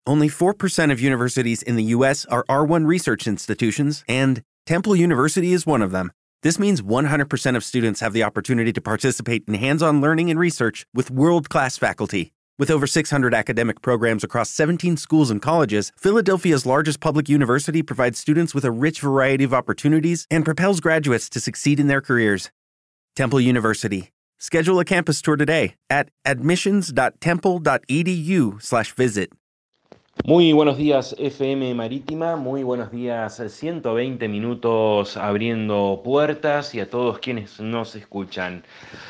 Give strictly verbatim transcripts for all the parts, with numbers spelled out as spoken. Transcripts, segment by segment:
Only four percent of universities in the U S are R one research institutions, and Temple University is one of them. This means one hundred percent of students have the opportunity to participate in hands-on learning and research with world-class faculty. With over six hundred academic programs across seventeen schools and colleges, Philadelphia's largest public university provides students with a rich variety of opportunities and propels graduates to succeed in their careers. Temple University. Schedule a campus tour today at admissions.temple.edu slash visit. Muy buenos días F M Marítima, muy buenos días ciento veinte minutos abriendo puertas y a todos quienes nos escuchan.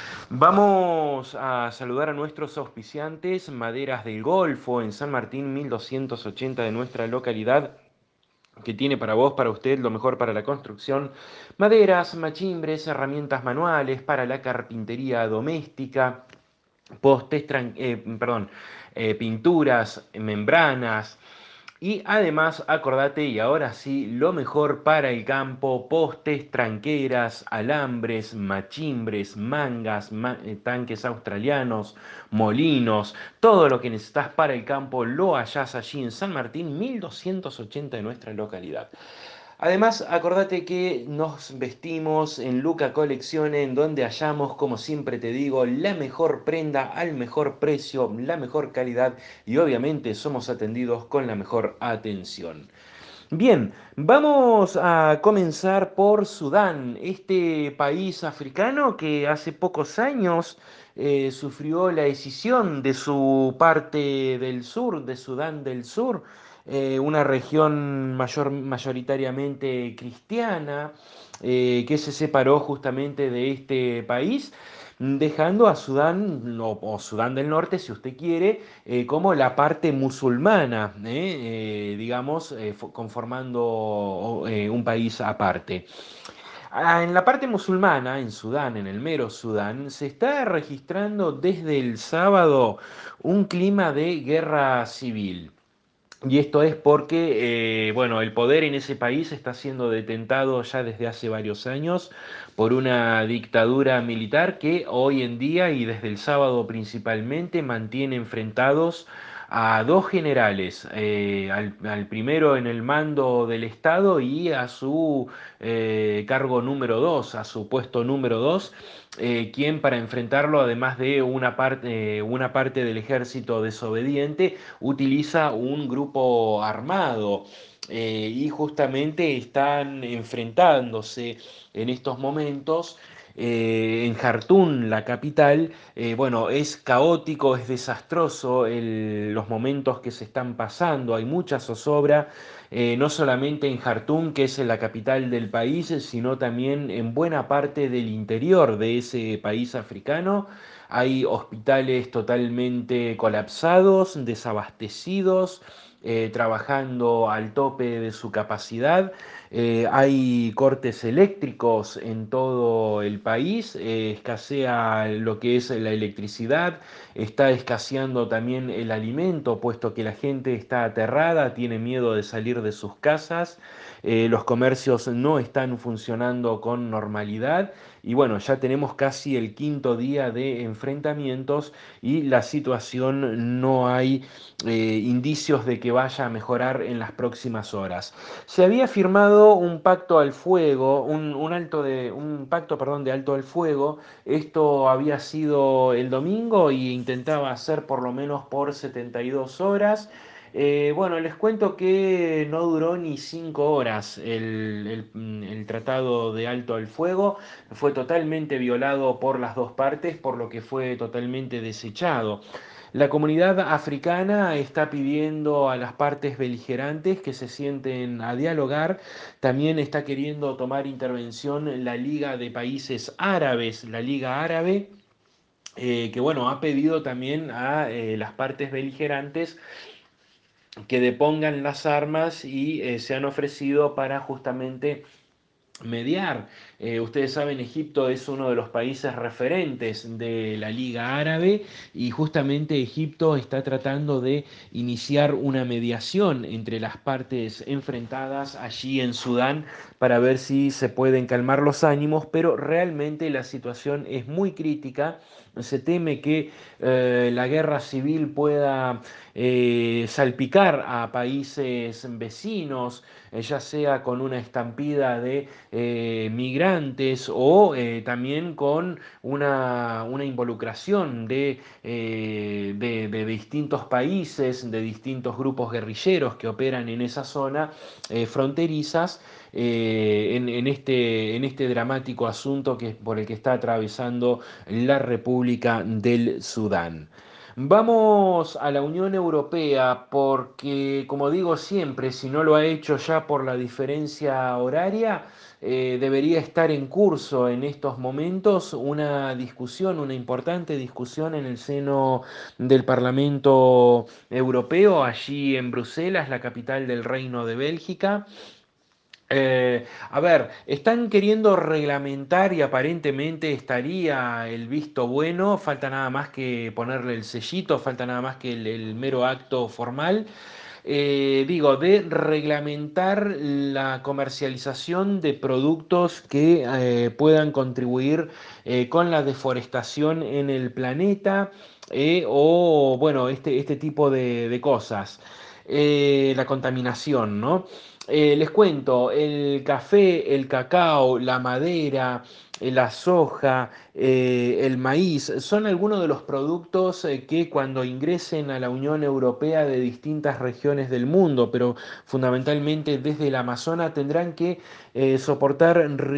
Vamos a saludar a nuestros auspiciantes, Maderas del Golfo en San Martín mil doscientos ochenta de nuestra localidad, que tiene para vos, para usted, lo mejor para la construcción: maderas, machimbres, herramientas manuales para la carpintería doméstica, postes, eh, perdón, eh, pinturas, membranas. Y además, acordate, y ahora sí, lo mejor para el campo: postes, tranqueras, alambres, machimbres, mangas, ma eh, tanques australianos, molinos, todo lo que necesitas para el campo lo hallás allí en San Martín mil doscientos ochenta de nuestra localidad. Además, acordate que nos vestimos en Luca Colecciones, en donde hallamos, como siempre te digo, la mejor prenda al mejor precio, la mejor calidad y obviamente somos atendidos con la mejor atención. Bien, vamos a comenzar por Sudán, este país africano que hace pocos años eh, sufrió la escisión de su parte del sur, de Sudán del Sur, eh, una región mayor, mayoritariamente cristiana, eh, que se separó justamente de este país, dejando a Sudán, o, o Sudán del Norte, si usted quiere, eh, como la parte musulmana, eh, eh, digamos, eh, conformando eh, un país aparte. Ah, En la parte musulmana, en Sudán, en el mero Sudán, se está registrando desde el sábado un clima de guerra civil. Y esto es porque, eh, bueno, el poder en ese país está siendo detentado ya desde hace varios años por una dictadura militar que hoy en día y desde el sábado principalmente mantiene enfrentados a dos generales, eh, al, al primero en el mando del Estado y a su eh, cargo número dos, a su puesto número dos, eh, quien para enfrentarlo, además de una parte, eh, una parte del ejército desobediente, utiliza un grupo armado. Eh, y justamente están enfrentándose en estos momentos eh, en Jartún, la capital. Eh, bueno, es caótico, es desastroso el- los momentos que se están pasando, hay mucha zozobra, eh, no solamente en Jartún, que es la capital del país, sino también en buena parte del interior de ese país africano. Hay hospitales totalmente colapsados, desabastecidos, eh, trabajando al tope de su capacidad. Eh, hay cortes eléctricos en todo el país, eh, escasea lo que es la electricidad, está escaseando también el alimento, puesto que la gente está aterrada, tiene miedo de salir de sus casas, eh, los comercios no están funcionando con normalidad y bueno, ya tenemos casi el quinto día de enfrentamientos y la situación no hay eh, indicios de que vaya a mejorar en las próximas horas. Se había firmado un pacto al fuego, un, un alto de, un pacto, perdón, de alto al fuego. Esto había sido el domingo y intentaba hacer por lo menos por setenta y dos horas. Eh, bueno, les cuento que no duró ni cinco horas el, el- el tratado de alto al fuego, fue totalmente violado por las dos partes, por lo que fue totalmente desechado. La comunidad africana está pidiendo a las partes beligerantes que se sienten a dialogar. También está queriendo tomar intervención la Liga de Países Árabes, la Liga Árabe, eh, que bueno, ha pedido también a eh, las partes beligerantes que depongan las armas y eh, se han ofrecido para justamente mediar. Eh, ustedes saben, Egipto es uno de los países referentes de la Liga Árabe y justamente Egipto está tratando de iniciar una mediación entre las partes enfrentadas allí en Sudán para ver si se pueden calmar los ánimos, pero realmente la situación es muy crítica Se teme que eh, la guerra civil pueda eh, salpicar a países vecinos, eh, ya sea con una estampida de eh, migrantes o eh, también con una, una involucración de, eh, de, de distintos países, de distintos grupos guerrilleros que operan en esa zona eh, fronterizas eh, en, en este, en este dramático asunto que, por el que está atravesando la República del Sudán. Vamos a la Unión Europea porque, como digo siempre, si no lo ha hecho ya por la diferencia horaria, eh, debería estar en curso en estos momentos una discusión, una importante discusión en el seno del Parlamento Europeo, allí en Bruselas, la capital del Reino de Bélgica. Eh, a ver, están queriendo reglamentar y aparentemente estaría el visto bueno, falta nada más que ponerle el sellito, falta nada más que el, el mero acto formal. Eh, digo, de reglamentar la comercialización de productos que eh, puedan contribuir eh, con la deforestación en el planeta eh, o, bueno, este, este tipo de, de cosas. Eh, la contaminación, ¿no? Eh, les cuento, el café, el cacao, la madera, eh, la soja, eh, el maíz, son algunos de los productos eh, que cuando ingresen a la Unión Europea de distintas regiones del mundo, pero fundamentalmente desde el Amazonas, tendrán que eh, soportar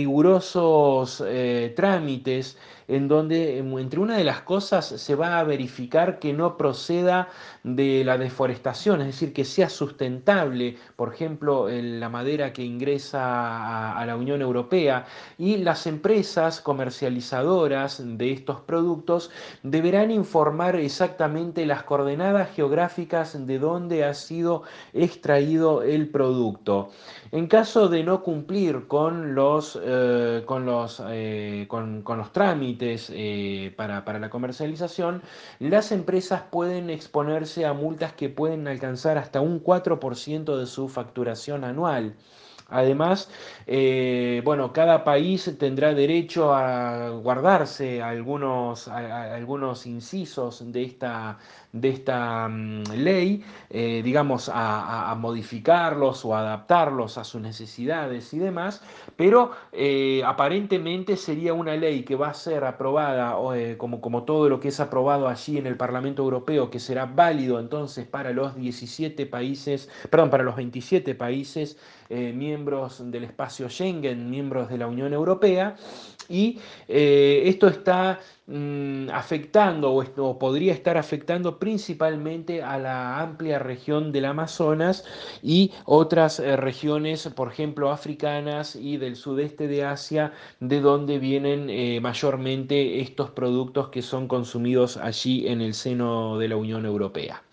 rigurosos eh, trámites en donde, em, entre una de las cosas, se va a verificar que no proceda de la deforestación, es decir, que sea sustentable, por ejemplo, el- la madera que ingresa a, a la Unión Europea, y las empresas comercializadoras de estos productos deberán informar exactamente las coordenadas geográficas de donde ha sido extraído el producto. En caso de no cumplir con los, eh, con los, eh, con, con los trámites eh, para, para la comercialización, las empresas pueden exponerse a multas que pueden alcanzar hasta un cuatro por ciento de su facturación anual. Además, eh, bueno, cada país tendrá derecho a guardarse algunos, a- a- algunos incisos de esta, de esta mm, ley, eh, digamos, a, a- a modificarlos o adaptarlos a sus necesidades y demás, pero eh, aparentemente sería una ley que va a ser aprobada, o, eh, como, como todo lo que es aprobado allí en el Parlamento Europeo, que será válido entonces para los diecisiete países, perdón, para los veintisiete países eh, miembros del espacio Schengen, miembros de la Unión Europea, y eh, esto está mm, afectando o, esto, o podría estar afectando principalmente a la amplia región del Amazonas y otras eh, regiones, por ejemplo, africanas y del sudeste de Asia, de donde vienen eh, mayormente estos productos que son consumidos allí en el seno de la Unión Europea.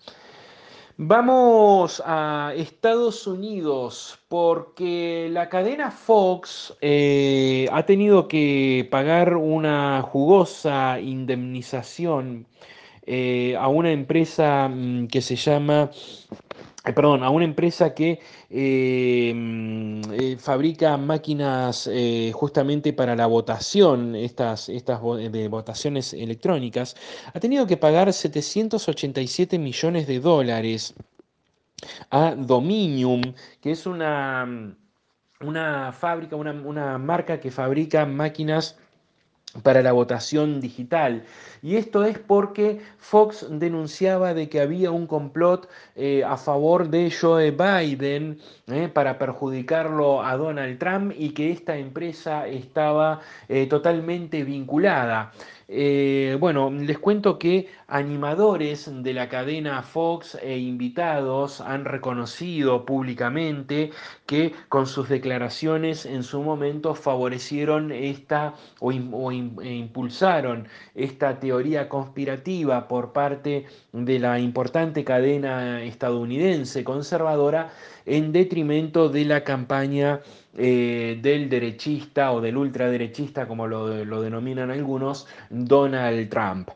Vamos a Estados Unidos porque la cadena Fox eh, ha tenido que pagar una jugosa indemnización eh, a una empresa mm, que se llama eh, perdón, a una empresa que eh, mm, eh, fabrica máquinas eh, justamente para la votación, estas, estas vo- de votaciones electrónicas, ha tenido que pagar setecientos ochenta y siete millones de dólares a Dominium, que es una, una fábrica, una, una marca que fabrica máquinas para la votación digital. Y esto es porque Fox denunciaba de que había un complot eh, a favor de Joe Biden eh, para perjudicarlo a Donald Trump y que esta empresa estaba eh, totalmente vinculada. Eh, bueno, les cuento que animadores de la cadena Fox e invitados han reconocido públicamente que con sus declaraciones en su momento favorecieron esta o, im- o im- e impulsaron esta teoría conspirativa por parte de la importante cadena estadounidense conservadora en detrimento de la campaña eh, del derechista o del ultraderechista, como lo, lo denominan algunos, Donald Trump.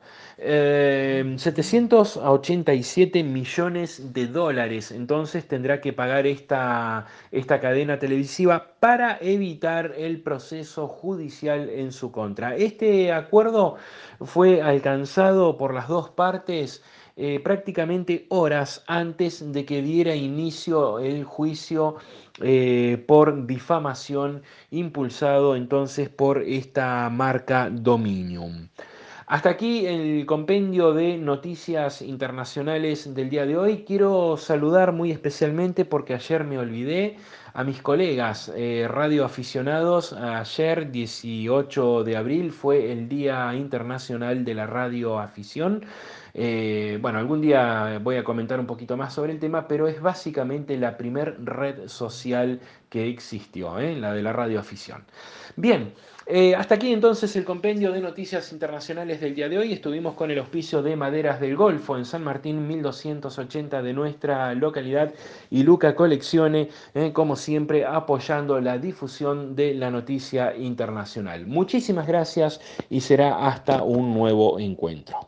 Eh, setecientos ochenta y siete millones de dólares. Entonces tendrá que pagar esta, esta cadena televisiva para evitar el proceso judicial en su contra. Este acuerdo fue alcanzado por las dos partes eh, prácticamente horas antes de que diera inicio el juicio eh, por difamación impulsado entonces por esta marca Dominion. Hasta aquí el compendio de noticias internacionales del día de hoy. Quiero saludar muy especialmente porque ayer me olvidé a mis colegas eh, radioaficionados. Ayer, dieciocho de abril, fue el Día Internacional de la Radioafición. Eh, bueno, algún día voy a comentar un poquito más sobre el tema, pero es básicamente la primer red social que existió, ¿eh? La de la radioafición. Bien. Eh, hasta aquí entonces el compendio de noticias internacionales del día de hoy. Estuvimos con el auspicio de Maderas del Golfo en San Martín mil doscientos ochenta de nuestra localidad y Luca Coleccione, eh, como siempre, apoyando la difusión de la noticia internacional. Muchísimas gracias y será hasta un nuevo encuentro.